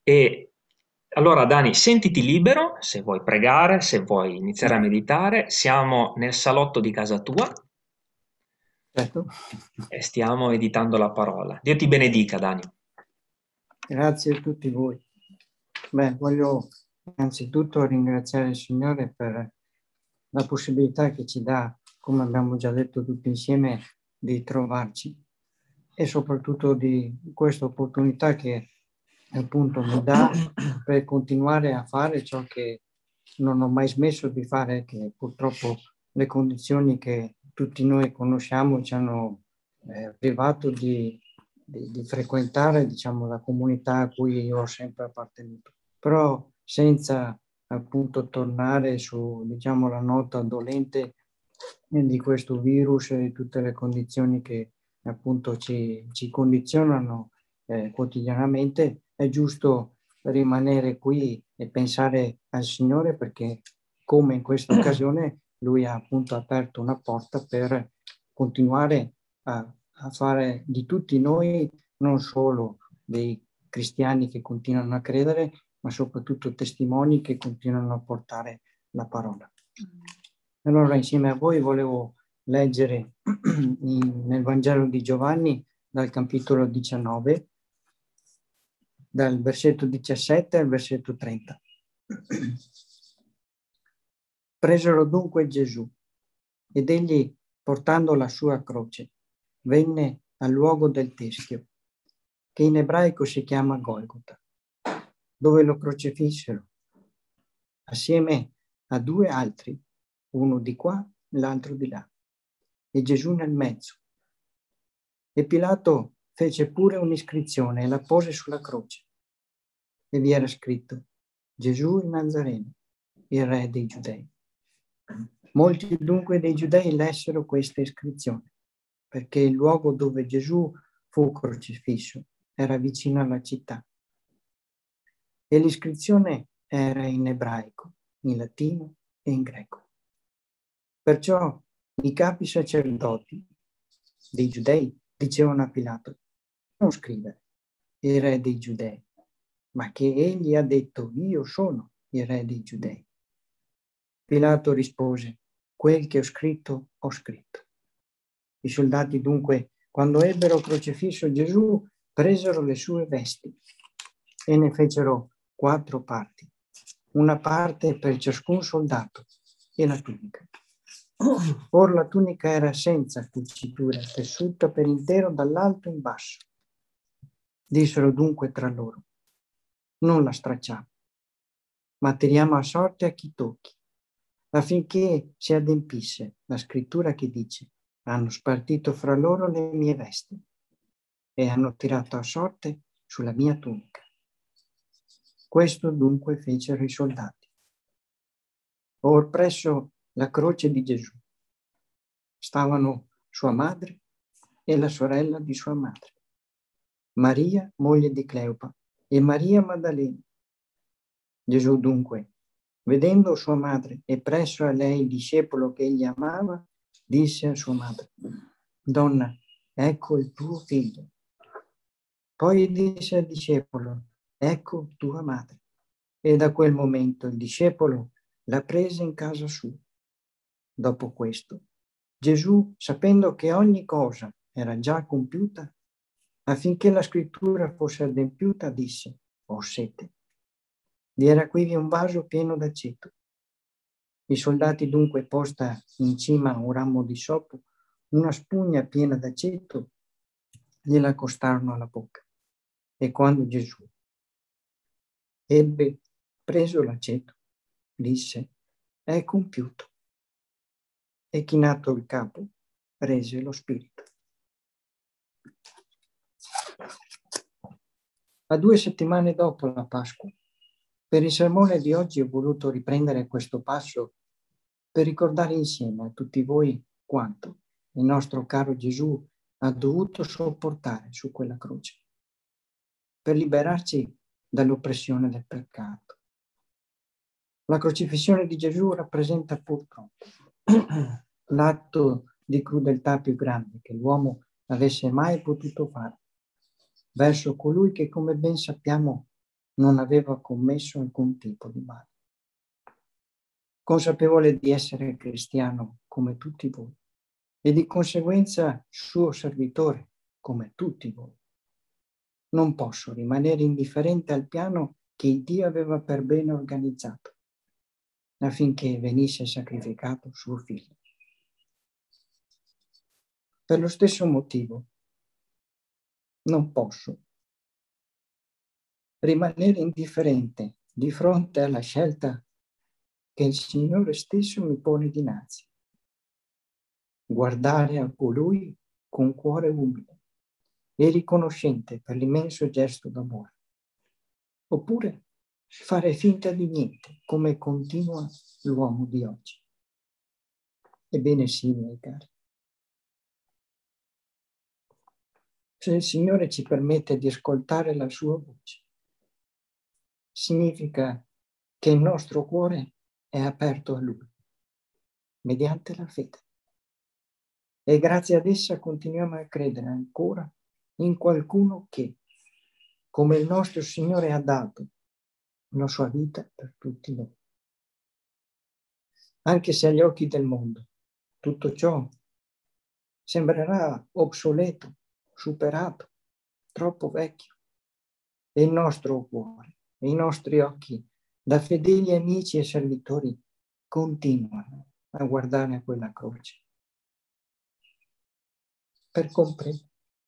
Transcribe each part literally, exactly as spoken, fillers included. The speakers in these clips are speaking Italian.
E allora, Dani, sentiti libero se vuoi pregare, se vuoi iniziare a Sì, meditare. Siamo nel salotto di casa tua certo. e stiamo editando la parola. Dio ti benedica, Dani. Grazie a tutti voi. Beh, voglio innanzitutto ringraziare il Signore per la possibilità che ci dà, come abbiamo già detto tutti insieme, di trovarci e soprattutto di questa opportunità che appunto mi dà per continuare a fare ciò che non ho mai smesso di fare, che purtroppo le condizioni che tutti noi conosciamo ci hanno eh, privato di, di, di frequentare, diciamo, la comunità a cui io ho sempre appartenuto. Però senza appunto tornare su, diciamo, la nota dolente di questo virus e di tutte le condizioni che appunto ci, ci condizionano eh, quotidianamente, è giusto rimanere qui e pensare al Signore, perché come in questa occasione Lui ha appunto aperto una porta per continuare a, a fare di tutti noi non solo dei cristiani che continuano a credere, ma soprattutto testimoni che continuano a portare la parola. Allora insieme a voi volevo leggere in- nel Vangelo di Giovanni dal capitolo diciannove, dal versetto diciassette al versetto trenta. Presero dunque Gesù ed egli, portando la sua croce, venne al luogo del teschio, che in ebraico si chiama Golgota, dove lo crocifissero, assieme a due altri, uno di qua e l'altro di là, e Gesù nel mezzo. E Pilato fece pure un'iscrizione e la pose sulla croce, e vi era scritto: Gesù il Nazareno, il re dei Giudei. Molti dunque dei Giudei lessero questa iscrizione, perché il luogo dove Gesù fu crocifisso era vicino alla città. E l'iscrizione era in ebraico, in latino e in greco. Perciò i capi sacerdoti dei Giudei dicevano a Pilato: non scrivere il re dei Giudei, ma che egli ha detto: io sono il re dei Giudei. Pilato rispose: quel che ho scritto, ho scritto. I soldati dunque, quando ebbero crocifisso Gesù, presero le sue vesti e ne fecero quattro parti, una parte per ciascun soldato, e la tunica. Or la tunica era senza cucitura, tessuta per intero dall'alto in basso. Dissero dunque tra loro: non la stracciamo, ma tiriamo a sorte a chi tocchi, affinché si adempisse la scrittura che dice: hanno spartito fra loro le mie vesti e hanno tirato a sorte sulla mia tunica. Questo dunque fecero i soldati. Or presso la croce di Gesù stavano sua madre e la sorella di sua madre, Maria, moglie di Cleopa, e Maria Maddalena. Gesù dunque, vedendo sua madre e presso a lei il discepolo che egli amava, disse a sua madre: donna, ecco il tuo figlio. Poi disse al discepolo: ecco tua madre. E da quel momento il discepolo la prese in casa sua. Dopo questo, Gesù, sapendo che ogni cosa era già compiuta, affinché la scrittura fosse adempiuta, disse: ho sete. Vi era qui un vaso pieno d'aceto. I soldati dunque, posta in cima a un ramo di sopo una spugna piena d'aceto, gliela accostarono alla bocca. E quando Gesù ebbe preso l'aceto, disse: è compiuto. E chinato il capo, prese lo spirito. A due settimane dopo la Pasqua, per il sermone di oggi ho voluto riprendere questo passo per ricordare insieme a tutti voi quanto il nostro caro Gesù ha dovuto sopportare su quella croce per liberarci dall'oppressione del peccato. La crocifissione di Gesù rappresenta purtroppo l'atto di crudeltà più grande che l'uomo avesse mai potuto fare verso colui che, come ben sappiamo, non aveva commesso alcun tipo di male. Consapevole di essere cristiano come tutti voi e di conseguenza suo servitore come tutti voi, non posso rimanere indifferente al piano che Dio aveva per bene organizzato affinché venisse sacrificato suo figlio. Per lo stesso motivo non posso rimanere indifferente di fronte alla scelta che il Signore stesso mi pone dinanzi. Guardare a colui con cuore umile e riconoscente per l'immenso gesto d'amore. Oppure fare finta di niente, come continua l'uomo di oggi. Ebbene sì, miei cari. Se il Signore ci permette di ascoltare la sua voce, significa che il nostro cuore è aperto a Lui, mediante la fede. E grazie ad essa continuiamo a credere ancora in qualcuno che, come il nostro Signore ha dato la sua vita per tutti noi. Anche se agli occhi del mondo tutto ciò sembrerà obsoleto, superato, troppo vecchio, e il nostro cuore e i nostri occhi, da fedeli amici e servitori, continuano a guardare a quella croce per comprendere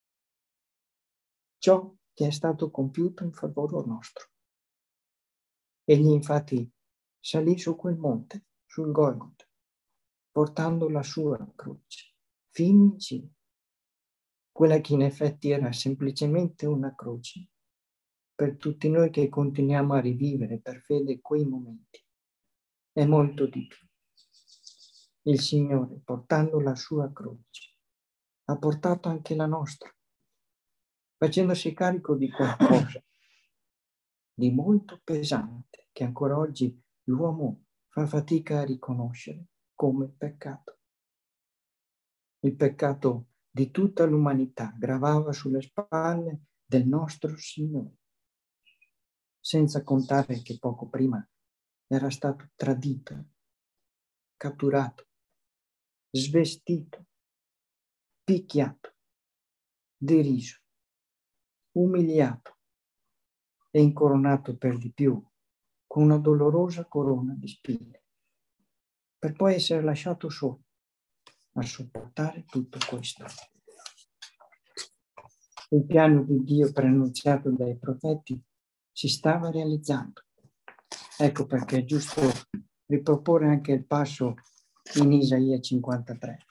ciò che è stato compiuto in favore nostro. Egli infatti salì su quel monte, sul Golgota, portando la sua croce fino in cima, quella che in effetti era semplicemente una croce per tutti noi che continuiamo a rivivere per fede quei momenti. È molto di più. Il Signore, portando la sua croce, ha portato anche la nostra, facendosi carico di qualcosa di molto pesante che ancora oggi l'uomo fa fatica a riconoscere come peccato. Il peccato di tutta l'umanità gravava sulle spalle del nostro Signore, senza contare che poco prima era stato tradito, catturato, svestito, picchiato, deriso, umiliato e incoronato per di più con una dolorosa corona di spine, per poi essere lasciato solo a sopportare tutto questo. Il piano di Dio preannunciato dai profeti si stava realizzando. Ecco perché è giusto riproporre anche il passo in Isaia cinquantatré.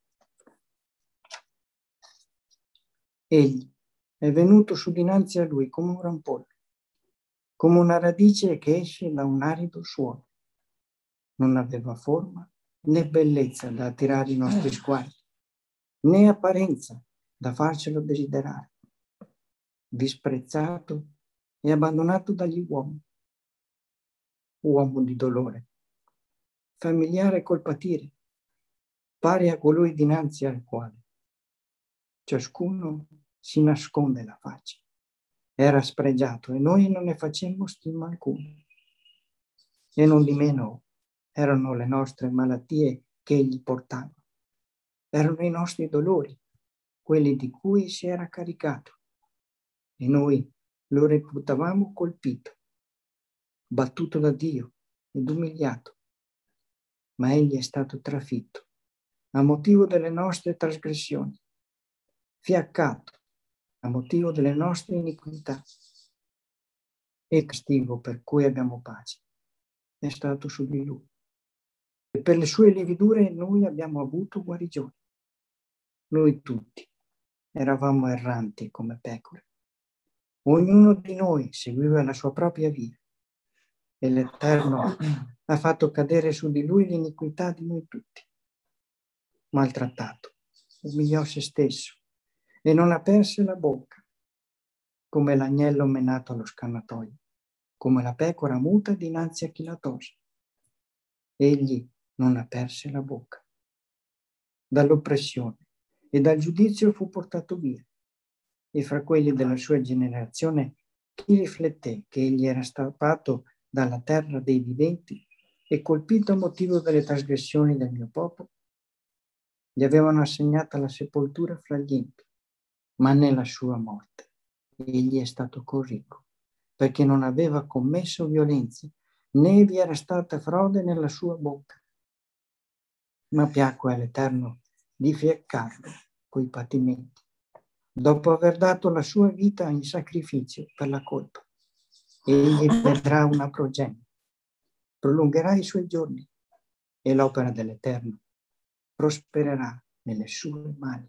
Egli è venuto su dinanzi a lui come un rampollo, come una radice che esce da un arido suolo. Non aveva forma né bellezza da attirare i nostri sguardi, né apparenza da farcelo desiderare. Disprezzato e abbandonato dagli uomini, uomo di dolore, familiare col patire, pari a colui dinanzi al quale ciascuno si nasconde la faccia. Era spregiato e noi non ne facemmo stima alcuna. E non di meno erano le nostre malattie che egli portava. Erano i nostri dolori, quelli di cui si era caricato. E noi lo reputavamo colpito, battuto da Dio ed umiliato. Ma egli è stato trafitto a motivo delle nostre trasgressioni, fiaccato a motivo delle nostre iniquità. E il castigo per cui abbiamo pace è stato su di lui. E per le sue lividure noi abbiamo avuto guarigione. Noi tutti eravamo erranti come pecore. Ognuno di noi seguiva la sua propria via. E l'Eterno ha fatto cadere su di lui l'iniquità di noi tutti. Maltrattato, umiliò se stesso e non aperse la bocca, come l'agnello menato allo scannatoio, come la pecora muta dinanzi a chi la tosa. Egli non aperse la bocca. Dall'oppressione e dal giudizio fu portato via, e fra quelli della sua generazione Chi rifletté che egli era strappato dalla terra dei viventi e colpito a motivo delle trasgressioni del mio popolo? Gli avevano assegnata la sepoltura fra gli empi, ma nella sua morte egli è stato corrico, perché non aveva commesso violenze, né vi era stata frode nella sua bocca. Ma piacque all'Eterno di fiaccarlo coi patimenti, dopo aver dato la sua vita in sacrificio per la colpa. Egli vedrà una progenie, prolungherà i suoi giorni e l'opera dell'Eterno prospererà nelle sue mani.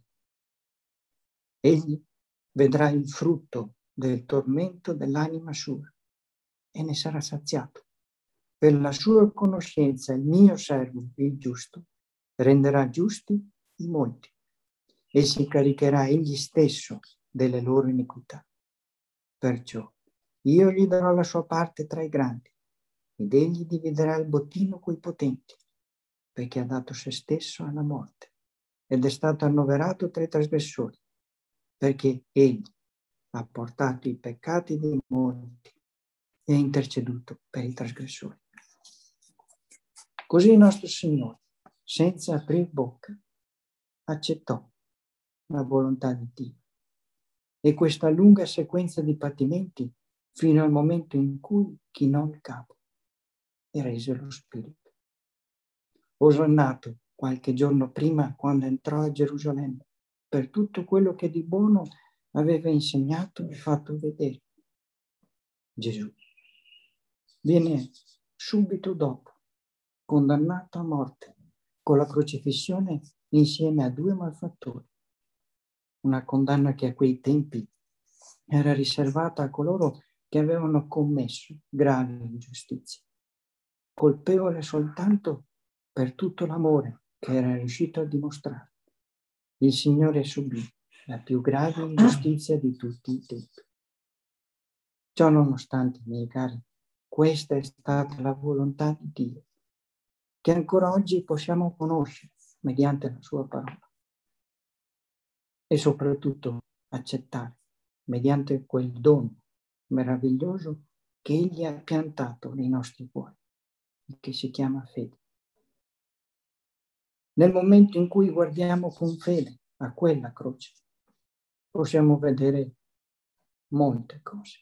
Egli vedrà il frutto del tormento dell'anima sua e ne sarà saziato. Per la sua conoscenza il mio servo, il giusto, renderà giusti i molti e si caricherà egli stesso delle loro iniquità. Perciò io gli darò la sua parte tra i grandi ed egli dividerà il bottino coi potenti, perché ha dato se stesso alla morte ed è stato annoverato tra i trasgressori, perché egli ha portato i peccati dei molti e ha interceduto per i trasgressori. Così il nostro Signore, senza aprir bocca, accettò la volontà di Dio e questa lunga sequenza di patimenti fino al momento in cui chinò il capo e rese lo spirito. Osannato qualche giorno prima, quando entrò a Gerusalemme, per tutto quello che di buono aveva insegnato e fatto vedere. Gesù viene subito dopo condannato a morte con la crocifissione insieme a due malfattori, una condanna che a quei tempi era riservata a coloro che avevano commesso gravi ingiustizie, colpevole soltanto per tutto l'amore che era riuscito a dimostrare. Il Signore subì la più grave ingiustizia di tutti i tempi. Ciò nonostante, miei cari, questa è stata la volontà di Dio, che ancora oggi possiamo conoscere mediante la sua parola e soprattutto accettare mediante quel dono meraviglioso che Egli ha piantato nei nostri cuori, che si chiama fede. Nel momento in cui guardiamo con fede a quella croce, possiamo vedere molte cose.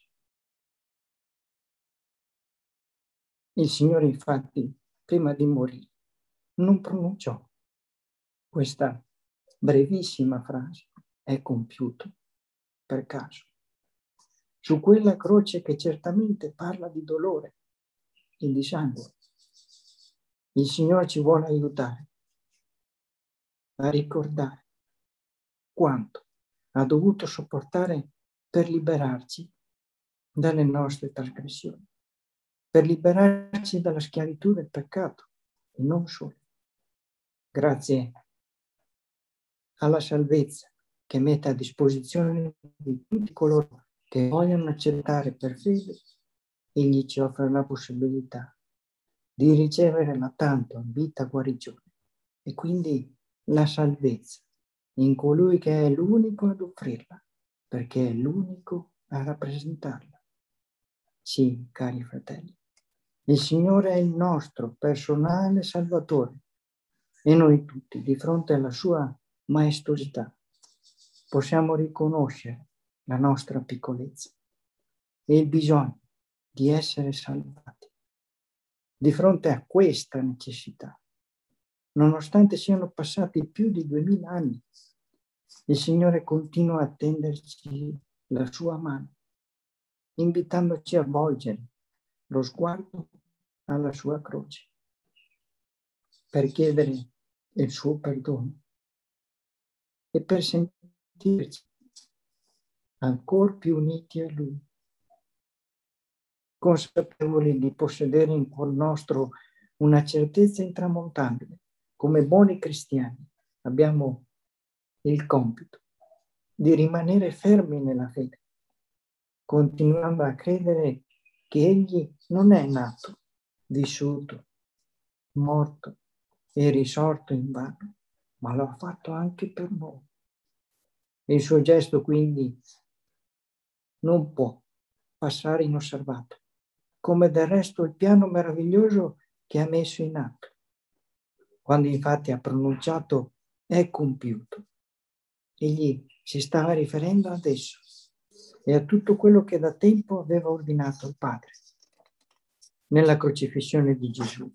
Il Signore, infatti, prima di morire, non pronunciò questa brevissima frase, è compiuto, per caso. Su quella croce che certamente parla di dolore e di sangue, il Signore ci vuole aiutare a ricordare quanto ha dovuto sopportare per liberarci dalle nostre trasgressioni, per liberarci dalla schiavitù del peccato e non solo. Grazie alla salvezza che mette a disposizione di tutti coloro che vogliono accettare per fede, egli ci offre la possibilità di ricevere la tanto ambita guarigione e quindi la salvezza in colui che è l'unico ad offrirla, perché è l'unico a rappresentarla. Sì, cari fratelli, il Signore è il nostro personale Salvatore e noi tutti, di fronte alla sua maestosità, possiamo riconoscere la nostra piccolezza e il bisogno di essere salvati. Di fronte a questa necessità, nonostante siano passati più di duemila anni, il Signore continua a tenderci la sua mano, invitandoci a volgere lo sguardo alla sua croce, per chiedere il suo perdono e per sentirci ancora più uniti a Lui, consapevoli di possedere in cuor nostro una certezza intramontabile. Come buoni cristiani abbiamo il compito di rimanere fermi nella fede, continuando a credere che Egli non è nato, vissuto, morto e risorto in vano, ma lo ha fatto anche per noi. Il suo gesto quindi non può passare inosservato, come del resto il piano meraviglioso che ha messo in atto. Quando infatti ha pronunciato è compiuto, egli si stava riferendo adesso e a tutto quello che da tempo aveva ordinato il Padre. Nella crocifissione di Gesù,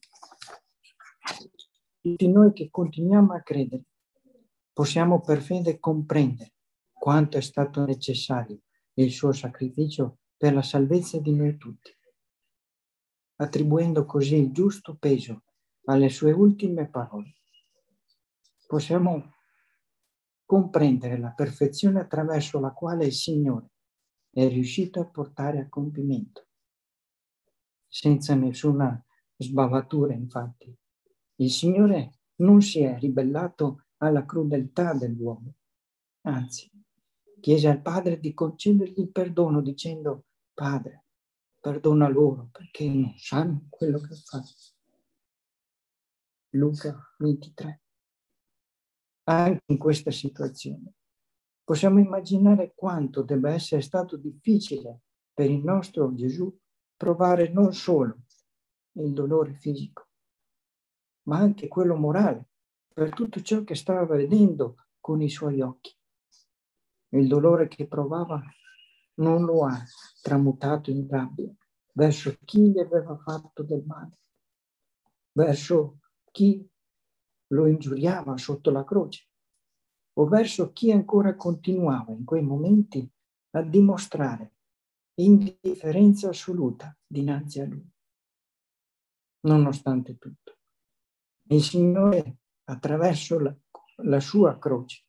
tutti noi che continuiamo a credere possiamo per fede comprendere quanto è stato necessario il suo sacrificio per la salvezza di noi tutti, attribuendo così il giusto peso alle sue ultime parole. Possiamo comprendere la perfezione attraverso la quale il Signore è riuscito a portare a compimento. Senza nessuna sbavatura, infatti, il Signore non si è ribellato alla crudeltà dell'uomo, anzi, chiese al Padre di concedergli il perdono dicendo: Padre, perdona loro perché non sanno quello che fanno. Luca ventitré. Anche in questa situazione possiamo immaginare quanto debba essere stato difficile per il nostro Gesù provare non solo il dolore fisico, ma anche quello morale, per tutto ciò che stava vedendo con i suoi occhi. Il dolore che provava non lo ha tramutato in rabbia verso chi gli aveva fatto del male, verso chi lo ingiuriava sotto la croce, o verso chi ancora continuava in quei momenti a dimostrare indifferenza assoluta dinanzi a lui. Nonostante tutto, il Signore, attraverso la, la sua croce,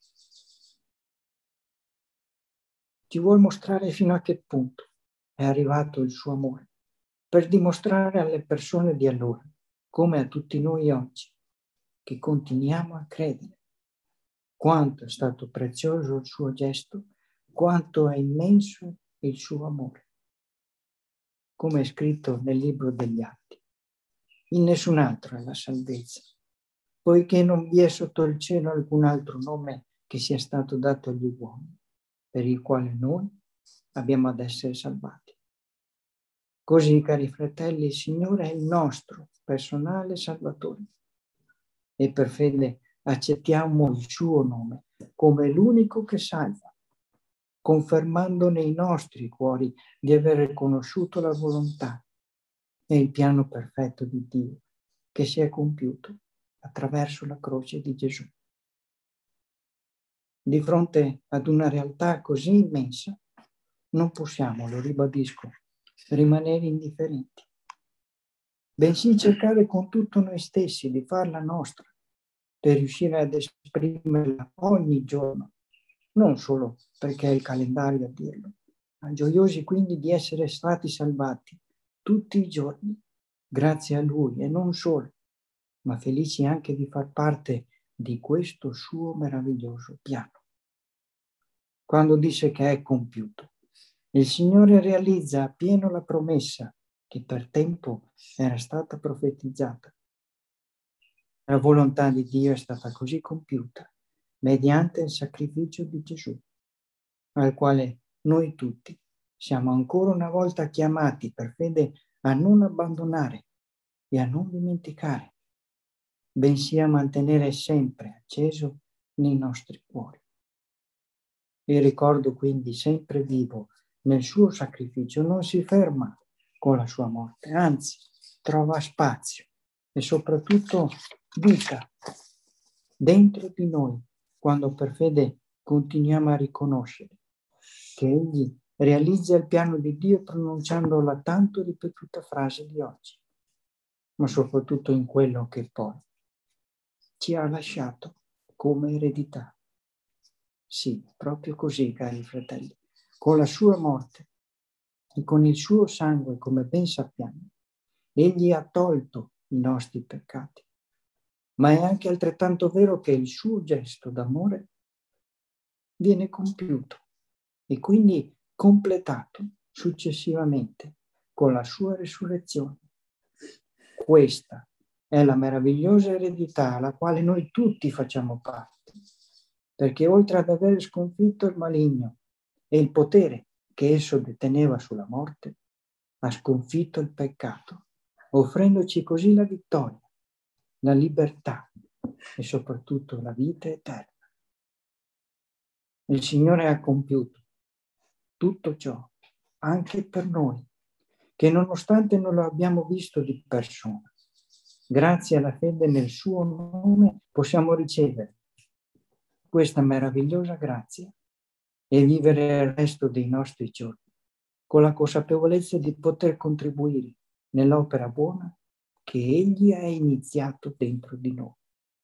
ti vuol mostrare fino a che punto è arrivato il suo amore, per dimostrare alle persone di allora, come a tutti noi oggi, che continuiamo a credere, quanto è stato prezioso il suo gesto, quanto è immenso il suo amore. Come è scritto nel libro degli Atti, in nessun altro è la salvezza, poiché non vi è sotto il cielo alcun altro nome che sia stato dato agli uomini, per il quale noi abbiamo ad essere salvati. Così, cari fratelli, il Signore è il nostro personale Salvatore e per fede accettiamo il suo nome come l'unico che salva, confermando nei nostri cuori di aver conosciuto la volontà e il piano perfetto di Dio che si è compiuto attraverso la croce di Gesù. Di fronte ad una realtà così immensa, non possiamo, lo ribadisco, rimanere indifferenti, bensì cercare con tutto noi stessi di farla nostra per riuscire ad esprimerla ogni giorno, non solo perché è il calendario a dirlo, ma gioiosi quindi di essere stati salvati tutti i giorni, grazie a Lui e non solo, ma felici anche di far parte di questo suo meraviglioso piano. Quando dice che è compiuto, il Signore realizza appieno la promessa che per tempo era stata profetizzata. La volontà di Dio è stata così compiuta mediante il sacrificio di Gesù, al quale noi tutti siamo ancora una volta chiamati per fede a non abbandonare e a non dimenticare, bensì a mantenere sempre acceso nei nostri cuori. Il ricordo quindi sempre vivo nel suo sacrificio non si ferma con la sua morte, anzi trova spazio e soprattutto vita dentro di noi quando per fede continuiamo a riconoscere che Egli realizza il piano di Dio pronunciando la tanto ripetuta frase di oggi, ma soprattutto in quello che poi ci ha lasciato come eredità. Sì, proprio così, cari fratelli, con la sua morte e con il suo sangue, come ben sappiamo, Egli ha tolto i nostri peccati, ma è anche altrettanto vero che il suo gesto d'amore viene compiuto e quindi completato successivamente con la sua risurrezione. Questa è la meravigliosa eredità alla quale noi tutti facciamo parte, perché oltre ad aver sconfitto il maligno e il potere che esso deteneva sulla morte, ha sconfitto il peccato, offrendoci così la vittoria, la libertà e soprattutto la vita eterna. Il Signore ha compiuto tutto ciò anche per noi, che nonostante non lo abbiamo visto di persona, grazie alla fede nel suo nome possiamo ricevere questa meravigliosa grazia e vivere il resto dei nostri giorni con la consapevolezza di poter contribuire nell'opera buona che Egli ha iniziato dentro di noi.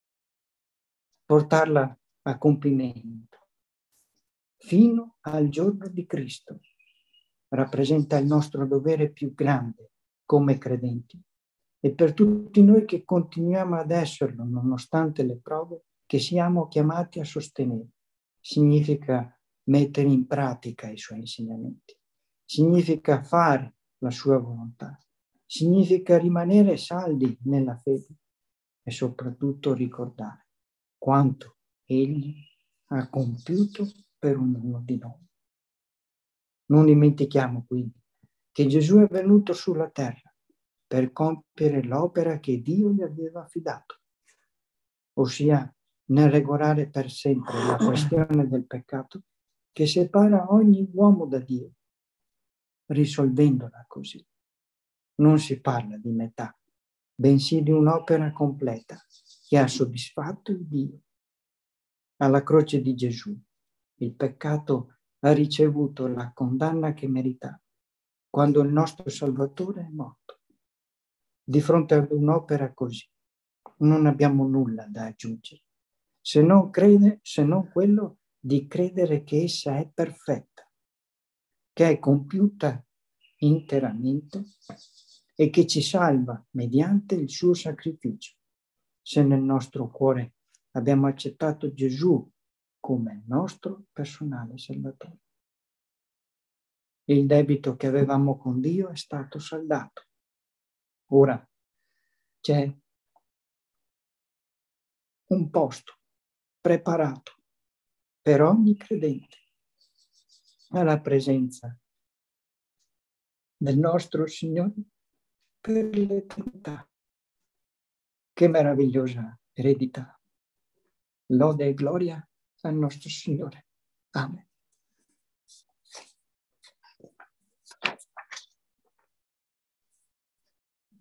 Portarla a compimento fino al giorno di Cristo rappresenta il nostro dovere più grande come credenti e per tutti noi che continuiamo ad esserlo nonostante le prove che siamo chiamati a sostenere. Significa mettere in pratica i suoi insegnamenti, significa fare la sua volontà, significa rimanere saldi nella fede e soprattutto ricordare quanto Egli ha compiuto per ognuno di noi. Non dimentichiamo quindi che Gesù è venuto sulla terra per compiere l'opera che Dio gli aveva affidato, ossia nel regolare per sempre la questione del peccato che separa ogni uomo da Dio, risolvendola così. Non si parla di metà, bensì di un'opera completa che ha soddisfatto il Dio. Alla croce di Gesù il peccato ha ricevuto la condanna che meritava quando il nostro Salvatore è morto. Di fronte ad un'opera così non abbiamo nulla da aggiungere, se non, crede, se non quello di credere che essa è perfetta, che è compiuta interamente e che ci salva mediante il suo sacrificio, se nel nostro cuore abbiamo accettato Gesù come il nostro personale Salvatore. Il debito che avevamo con Dio è stato saldato. Ora c'è un posto preparato per ogni credente alla presenza del nostro Signore per l'eternità. Che meravigliosa eredità. Lode e gloria al nostro Signore. Amen.